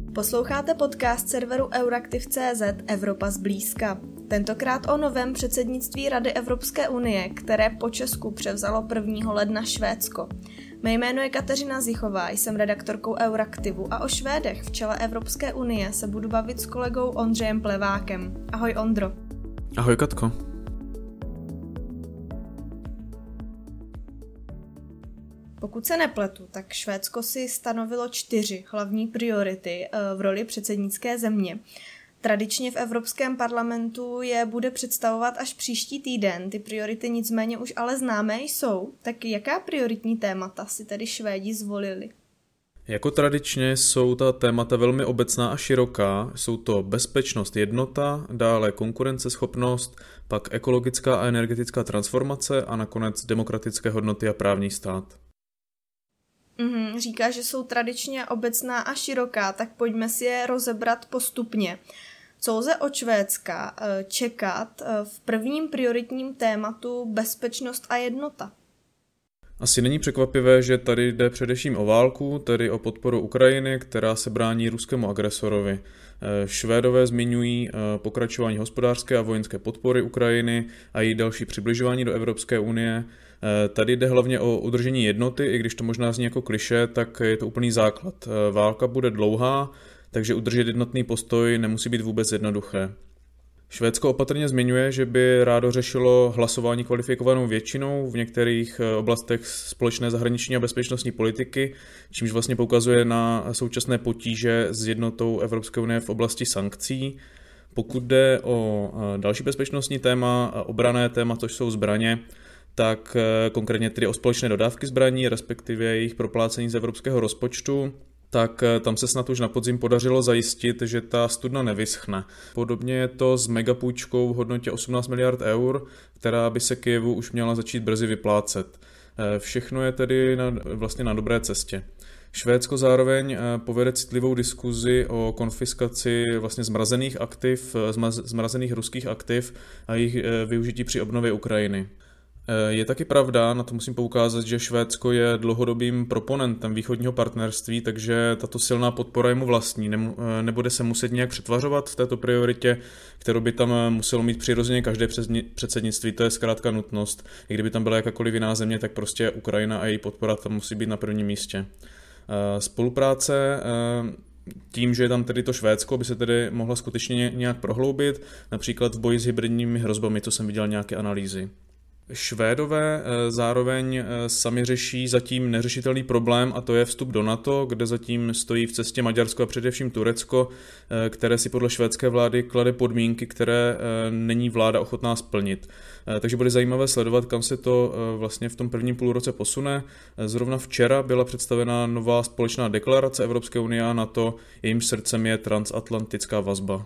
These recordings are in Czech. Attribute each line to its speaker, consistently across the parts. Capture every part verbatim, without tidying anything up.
Speaker 1: Posloucháte podcast serveru Euraktiv tečka cé zet Evropa zblízka. Tentokrát o novém předsednictví Rady Evropské unie, které po Česku převzalo prvního ledna Švédsko. Mé jméno je Kateřina Zichová, jsem redaktorkou Euraktivu a o Švédech v čele Evropské unie se budu bavit s kolegou Ondřejem Plevákem. Ahoj Ondro.
Speaker 2: Ahoj Katko.
Speaker 1: Pokud se nepletu, tak Švédsko si stanovilo čtyři hlavní priority v roli předsednické země. Tradičně v Evropském parlamentu je bude představovat až příští týden, ty priority nicméně už ale známé jsou. Tak jaká prioritní témata si tedy Švédi zvolili?
Speaker 2: Jako tradičně jsou ta témata velmi obecná a široká. Jsou to bezpečnost, jednota, dále konkurenceschopnost, pak ekologická a energetická transformace a nakonec demokratické hodnoty a právní stát.
Speaker 1: Mm, říká, že jsou tradičně obecná a široká, tak pojďme si je rozebrat postupně. Co lze od Švédska čekat v prvním prioritním tématu bezpečnost a jednota?
Speaker 2: Asi není překvapivé, že tady jde především o válku, tedy o podporu Ukrajiny, která se brání ruskému agresorovi. Švédové zmiňují pokračování hospodářské a vojenské podpory Ukrajiny a její další přibližování do Evropské unie. Tady jde hlavně o udržení jednoty, i když to možná zní jako klišé, tak je to úplný základ. Válka bude dlouhá, takže udržet jednotný postoj nemusí být vůbec jednoduché. Švédsko opatrně zmiňuje, že by rádo řešilo hlasování kvalifikovanou většinou v některých oblastech společné zahraniční a bezpečnostní politiky, čímž vlastně poukazuje na současné potíže s jednotou Evropské unie v oblasti sankcí. Pokud jde o další bezpečnostní téma, obranné téma, což jsou zbraně, tak konkrétně tedy o společné dodávky zbraní, respektive jejich proplácení z evropského rozpočtu, tak tam se snad už na podzim podařilo zajistit, že ta studna nevyschne. Podobně je to s megapůjčkou v hodnotě osmnáct miliard eur, která by se Kyjevu už měla začít brzy vyplácet. Všechno je tedy na, vlastně na dobré cestě. Švédsko zároveň povede citlivou diskuzi o konfiskaci vlastně zmrazených aktiv, zmrazených ruských aktiv a jejich využití při obnově Ukrajiny. Je taky pravda, na to musím poukázat, že Švédsko je dlouhodobým proponentem východního partnerství, takže tato silná podpora je mu vlastní. Nebude se muset nějak přetvařovat v této prioritě, kterou by tam muselo mít přirozeně každé předsednictví, to je zkrátka nutnost. I kdyby tam byla jakákoliv jiná země, tak prostě Ukrajina a její podpora tam musí být na prvním místě. Spolupráce tím, že je tam tedy to Švédsko, by se tedy mohla skutečně nějak prohloubit, například v boji s hybridními hrozbami, co jsem viděl nějaké analýzy. Švédové zároveň sami řeší zatím neřešitelný problém a to je vstup do NATO, kde zatím stojí v cestě Maďarsko a především Turecko, které si podle švédské vlády klade podmínky, které není vláda ochotná splnit. Takže bude zajímavé sledovat, kam se to vlastně v tom prvním půlroce posune. Zrovna včera byla představena nová společná deklarace Evropské unie a NATO, jejímž srdcem je transatlantická vazba.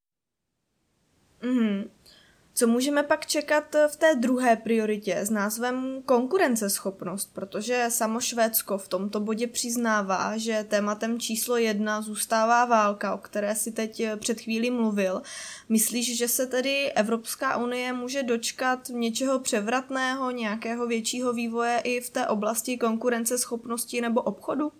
Speaker 1: Mm-hmm. Co můžeme pak čekat v té druhé prioritě s názvem konkurenceschopnost, protože samo Švédsko v tomto bodě přiznává, že tématem číslo jedna zůstává válka, o které si teď před chvílí mluvil. Myslíš, že se tedy Evropská unie může dočkat něčeho převratného, nějakého většího vývoje i v té oblasti konkurenceschopnosti nebo obchodu?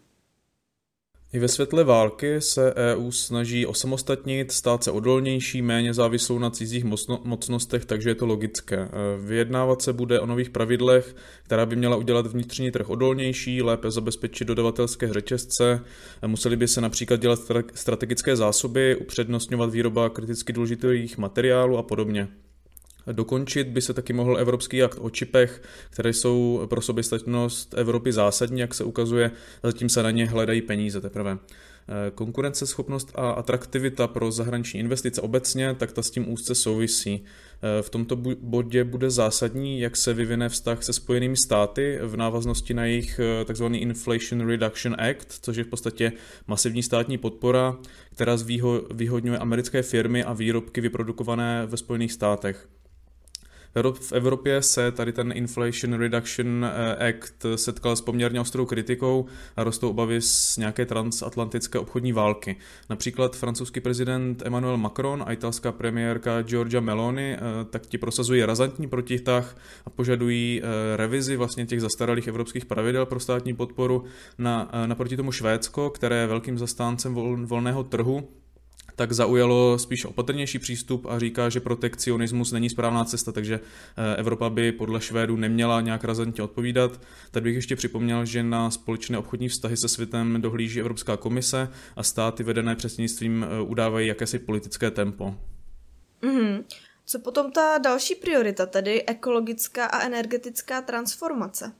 Speaker 2: I ve světle války se E U snaží osamostatnit, stát se odolnější, méně závislou na cizích mocnostech, takže je to logické. Vyjednávat se bude o nových pravidlech, která by měla udělat vnitřní trh odolnější, lépe zabezpečit dodavatelské řetězce, museli by se například dělat strategické zásoby, upřednostňovat výroba kriticky důležitých materiálů a podobně. Dokončit by se taky mohl Evropský akt o čipech, které jsou pro soběstačnost Evropy zásadní, jak se ukazuje, zatím se na ně hledají peníze teprve. Konkurenceschopnost a atraktivita pro zahraniční investice obecně, tak ta s tím úzce souvisí. V tomto bodě bude zásadní, jak se vyvine vztah se Spojenými státy v návaznosti na jejich tzv. Inflation Reduction Act, což je v podstatě masivní státní podpora, která zvýhodňuje americké firmy a výrobky vyprodukované ve Spojených státech. V Evropě se tady ten Inflation Reduction Act setkal s poměrně ostrou kritikou a rostou obavy z nějaké transatlantické obchodní války. Například francouzský prezident Emmanuel Macron a italská premiérka Giorgia Meloni tak ti prosazují razantní protitah a požadují revizi vlastně těch zastaralých evropských pravidel pro státní podporu. Na, naproti tomu Švédsko, které je velkým zastáncem vol, volného trhu, tak zaujalo spíš opatrnější přístup a říká, že protekcionismus není správná cesta, takže Evropa by podle Švédů neměla nějak razantně odpovídat. Tady bych ještě připomněl, že na společné obchodní vztahy se světem dohlíží Evropská komise a státy vedené předsednictvím udávají jakési politické tempo.
Speaker 1: Mm-hmm. Co potom ta další priorita, tedy ekologická a energetická transformace?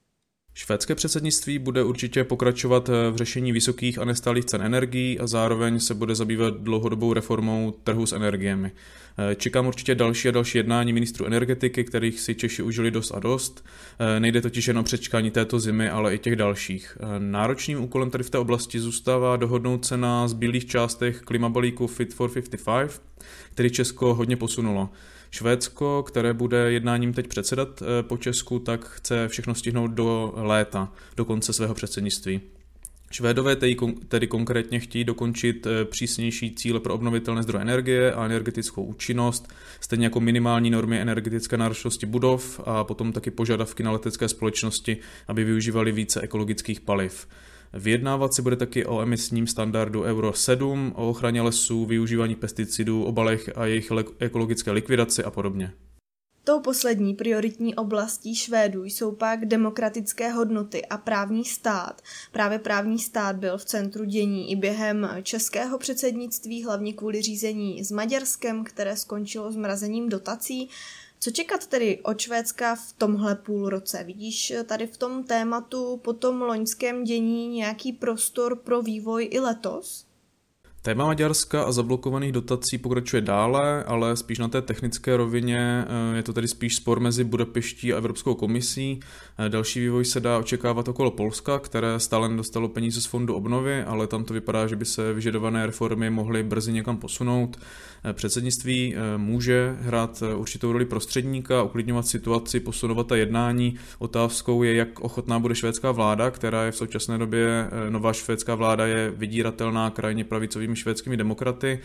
Speaker 2: Švédské předsednictví bude určitě pokračovat v řešení vysokých a nestálých cen energií a zároveň se bude zabývat dlouhodobou reformou trhu s energiemi. Čekám určitě další a další jednání ministrů energetiky, kterých si Češi užili dost a dost. Nejde totiž jen o přečkání této zimy, ale i těch dalších. Náročným úkolem tady v té oblasti zůstává dohodnout se na zbylých částech klimabalíku Fit for padesát pět, který Česko hodně posunulo. Švédsko, které bude jednáním teď předsedat po Česku, tak chce všechno stihnout do léta, do konce svého předsednictví. Švédové tedy, tedy konkrétně chtějí dokončit přísnější cíle pro obnovitelné zdroje energie a energetickou účinnost, stejně jako minimální normy energetické náročnosti budov a potom taky požadavky na letecké společnosti, aby využívali více ekologických paliv. Vyjednávat se bude taky o emisním standardu Euro sedm, o ochraně lesů, využívání pesticidů, obalech a jejich ekologické likvidaci a podobně.
Speaker 1: Tou poslední prioritní oblastí Švédů jsou pak demokratické hodnoty a právní stát. Právě právní stát byl v centru dění i během českého předsednictví, hlavně kvůli řízení s Maďarskem, které skončilo zmrazením dotací. Co čekat tedy od Švédska v tomhle půlroce? Vidíš tady v tom tématu po tom loňském dění nějaký prostor pro vývoj i letos?
Speaker 2: Téma Maďarska a zablokovaných dotací pokračuje dále, ale spíš na té technické rovině. Je to tedy spíš spor mezi Budapeští a Evropskou komisí. Další vývoj se dá očekávat okolo Polska, které stále nedostalo peníze z fondu obnovy, ale tam to vypadá, že by se vyžadované reformy mohly brzy někam posunout. Předsednictví může hrát určitou roli prostředníka, uklidňovat situaci, posunovat ta jednání. Otázkou je, jak ochotná bude švédská vláda, která je v současné době, nová švédská vláda je vydíratelná krajně pravicovými švédskými demokraty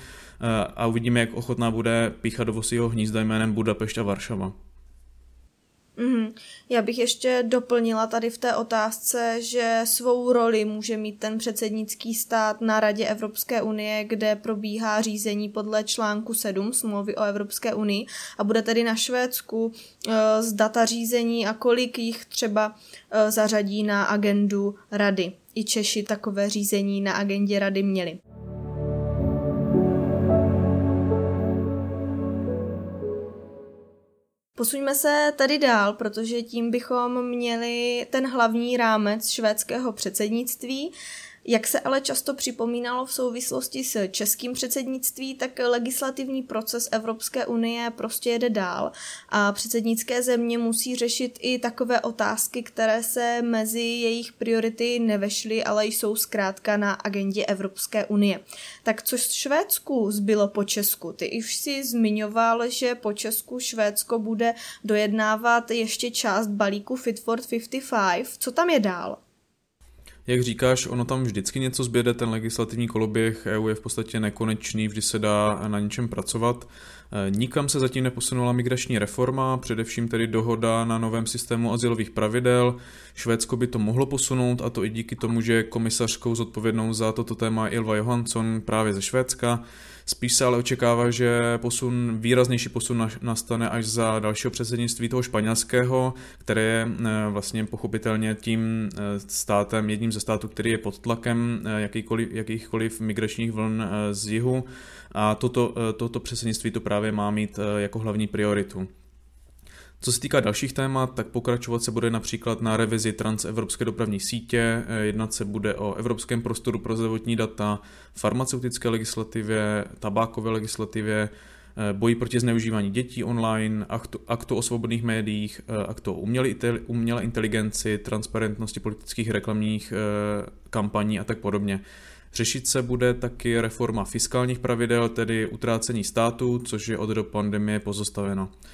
Speaker 2: a uvidíme, jak ochotná bude píchat do vosího hnízda jménem Budapešť a Varšava.
Speaker 1: Mm-hmm. Já bych ještě doplnila tady v té otázce, že svou roli může mít ten předsednický stát na Radě Evropské unie, kde probíhá řízení podle článku sedm smlouvy o Evropské unii a bude tedy na Švédsku uh, z data řízení a kolik jich třeba uh, zařadí na agendu Rady. I Češi takové řízení na agendě Rady měli. Posuňme se tady dál, protože tím bychom měli ten hlavní rámec švédského předsednictví. Jak se ale často připomínalo v souvislosti s českým předsednictví, tak legislativní proces Evropské unie prostě jede dál a předsednické země musí řešit i takové otázky, které se mezi jejich priority nevešly, ale jsou zkrátka na agendě Evropské unie. Tak co Švédsku zbylo po Česku? Ty už si zmiňoval, že po Česku Švédsko bude dojednávat ještě část balíku Fit for padesát pět. Co tam je dál?
Speaker 2: Jak říkáš, ono tam vždycky něco zběde, ten legislativní koloběh E U je v podstatě nekonečný, vždy se dá na něčem pracovat. Nikam se zatím neposunula migrační reforma, především tedy dohoda na novém systému azylových pravidel. Švédsko by to mohlo posunout, a to i díky tomu, že komisařkou zodpovědnou za toto téma je Ylva Johansson právě ze Švédska. Spíš se ale očekává, že posun, výraznější posun nastane až za dalšího předsednictví toho španělského, které je vlastně pochopitelně tím státem, jedním ze států, který je pod tlakem jakýkoliv, jakýchkoliv migračních vln z jihu. A toto, toto předsednictví to právě má mít jako hlavní prioritu. Co se týká dalších témat, tak pokračovat se bude například na revizi transevropské dopravní sítě, jednat se bude o evropském prostoru pro zdravotní data, farmaceutické legislativě, tabákové legislativě, boji proti zneužívání dětí online, aktu, aktu o svobodných médiích, aktu o umělé inteligenci, transparentnosti politických reklamních kampaní a tak podobně. Řešit se bude taky reforma fiskálních pravidel, tedy utrácení státu, což je od do pandemie pozastaveno.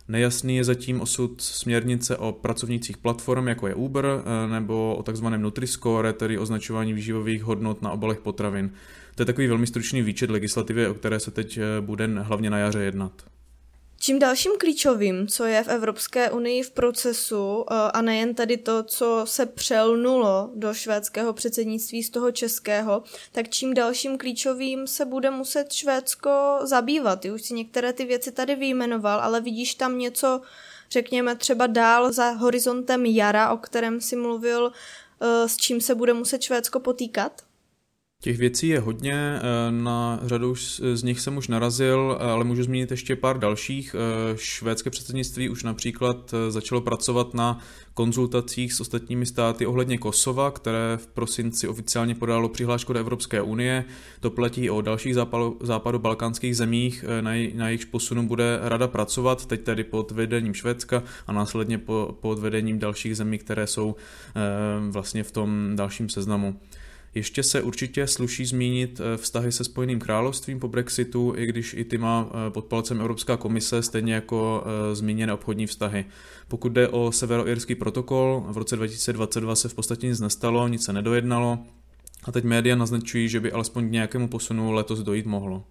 Speaker 2: Nejasný je zatím osud směrnice o pracovnících platform, jako je Uber, nebo o takzvaném Nutri-Score, tedy označování výživových hodnot na obalech potravin. To je takový velmi stručný výčet legislativy, o které se teď bude hlavně na jaře jednat.
Speaker 1: Čím dalším klíčovým, co je v Evropské unii v procesu, a nejen tedy to, co se přelnulo do švédského předsednictví z toho českého, tak čím dalším klíčovým se bude muset Švédsko zabývat. Ty už si některé ty věci tady vyjmenoval, ale vidíš tam něco, řekněme třeba dál za horizontem jara, o kterém si mluvil, s čím se bude muset Švédsko potýkat?
Speaker 2: Těch věcí je hodně, na řadu z nich jsem už narazil, ale můžu zmínit ještě pár dalších. Švédské předsednictví už například začalo pracovat na konzultacích s ostatními státy ohledně Kosova, které v prosinci oficiálně podalo přihlášku do Evropské unie. To platí i o dalších západobalkánských zemích, na, jej, na jejichž posunu bude rada pracovat, teď tedy pod vedením Švédska a následně po, pod vedením dalších zemí, které jsou vlastně v tom dalším seznamu. Ještě se určitě sluší zmínit vztahy se Spojeným královstvím po Brexitu, i když i ty má pod palcem Evropská komise, stejně jako zmíněné obchodní vztahy. Pokud jde o severoirský protokol, v roce dva tisíce dvacet dva se v podstatě nic nestalo, nic se nedojednalo a teď média naznačují, že by alespoň k nějakému posunu letos dojít mohlo.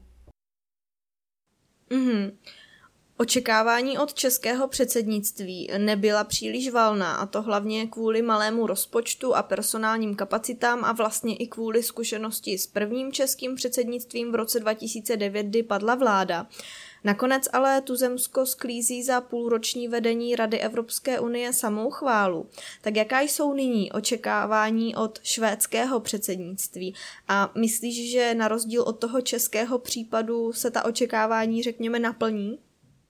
Speaker 1: Mhm. Očekávání od českého předsednictví nebyla příliš valná, a to hlavně kvůli malému rozpočtu a personálním kapacitám a vlastně i kvůli zkušenosti s prvním českým předsednictvím v roce dva tisíce devět, kdy padla vláda. Nakonec ale tuzemsko sklízí za půlroční vedení Rady Evropské unie samou chválu. Tak jaká jsou nyní očekávání od švédského předsednictví? A myslíš, že na rozdíl od toho českého případu se ta očekávání, řekněme, naplní?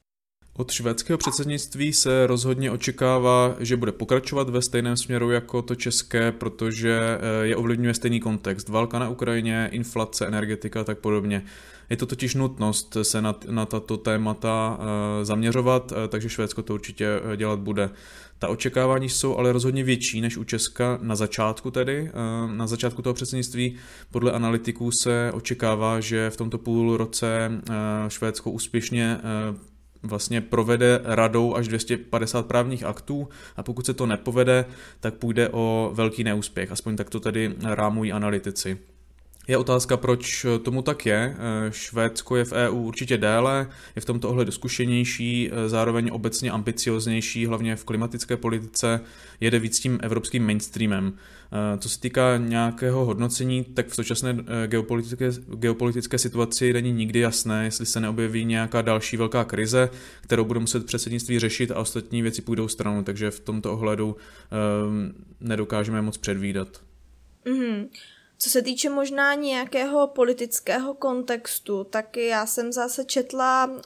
Speaker 2: Od švédského předsednictví se rozhodně očekává, že bude pokračovat ve stejném směru jako to české, protože je ovlivňuje stejný kontext. Válka na Ukrajině, inflace, energetika a tak podobně. Je to totiž nutnost se na, na tato témata zaměřovat, takže Švédsko to určitě dělat bude. Ta očekávání jsou ale rozhodně větší než u Česka na začátku tedy. Na začátku toho předsednictví podle analytiků se očekává, že v tomto půl roce Švédsko úspěšně vlastně provede radou až dvě stě padesát právních aktů a pokud se to nepovede, tak půjde o velký neúspěch, aspoň tak to tedy rámují analytici. Je otázka, proč tomu tak je. Švédsko je v E U určitě déle, je v tomto ohledu zkušenější, zároveň obecně ambicioznější, hlavně v klimatické politice, jede víc tím evropským mainstreamem. Co se týká nějakého hodnocení, tak v současné geopolitické, geopolitické situaci není nikdy jasné, jestli se neobjeví nějaká další velká krize, kterou bude muset předsednictví řešit a ostatní věci půjdou stranou, takže v tomto ohledu um, nedokážeme moc předvídat.
Speaker 1: Mm-hmm. Co se týče možná nějakého politického kontextu, tak já jsem zase četla uh,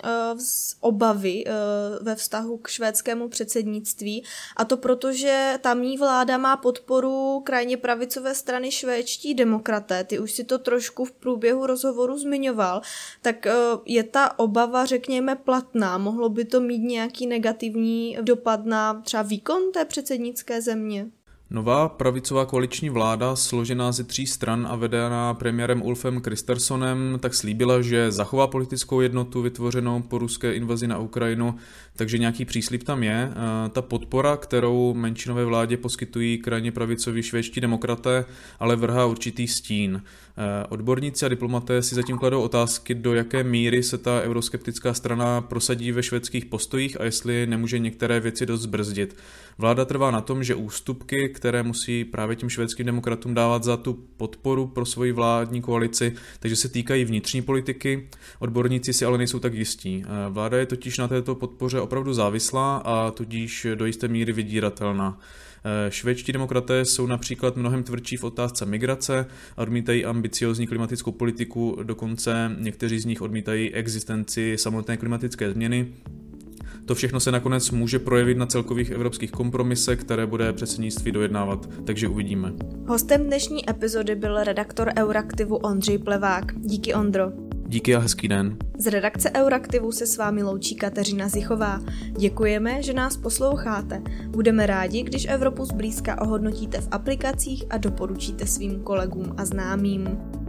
Speaker 1: obavy uh, ve vztahu k švédskému předsednictví, a to proto, že tamní vláda má podporu krajně pravicové strany Švédští demokraté. Ty už si to trošku v průběhu rozhovoru zmiňoval. Tak uh, je ta obava, řekněme, platná? Mohlo by to mít nějaký negativní dopad na třeba výkon té předsednické země?
Speaker 2: Nová pravicová koaliční vláda, složená ze tří stran a vedená premiérem Ulfem Kristersonem, tak slíbila, že zachová politickou jednotu vytvořenou po ruské invazi na Ukrajinu, takže nějaký příslib tam je. Ta podpora, kterou menšinové vládě poskytují krajně pravicoví švédští demokraté, ale vrhá určitý stín. Odborníci a diplomaté si zatím kladou otázky, do jaké míry se ta euroskeptická strana prosadí ve švédských postojích a jestli nemůže některé věci dost zbrzdit. Vláda trvá na tom, že ústupky, které musí právě těm švédským demokratům dávat za tu podporu pro svoji vládní koalici, takže se týkají vnitřní politiky. Odborníci si ale nejsou tak jistí. Vláda je totiž na této podpoře opravdu závislá a tudíž do jisté míry vydíratelná. Švédští demokraté jsou například mnohem tvrdší v otázce migrace a odmítají ambiciózní klimatickou politiku, dokonce někteří z nich odmítají existenci samotné klimatické změny. To všechno se nakonec může projevit na celkových evropských kompromisech, které bude předsednictví dojednávat, takže uvidíme.
Speaker 1: Hostem dnešní epizody byl redaktor Euraktivu Ondřej Plevák. Díky, Ondro.
Speaker 2: Díky a hezký den.
Speaker 1: Z redakce Euraktivu se s vámi loučí Kateřina Zichová. Děkujeme, že nás posloucháte. Budeme rádi, když Evropu zblízka ohodnotíte v aplikacích a doporučíte svým kolegům a známým.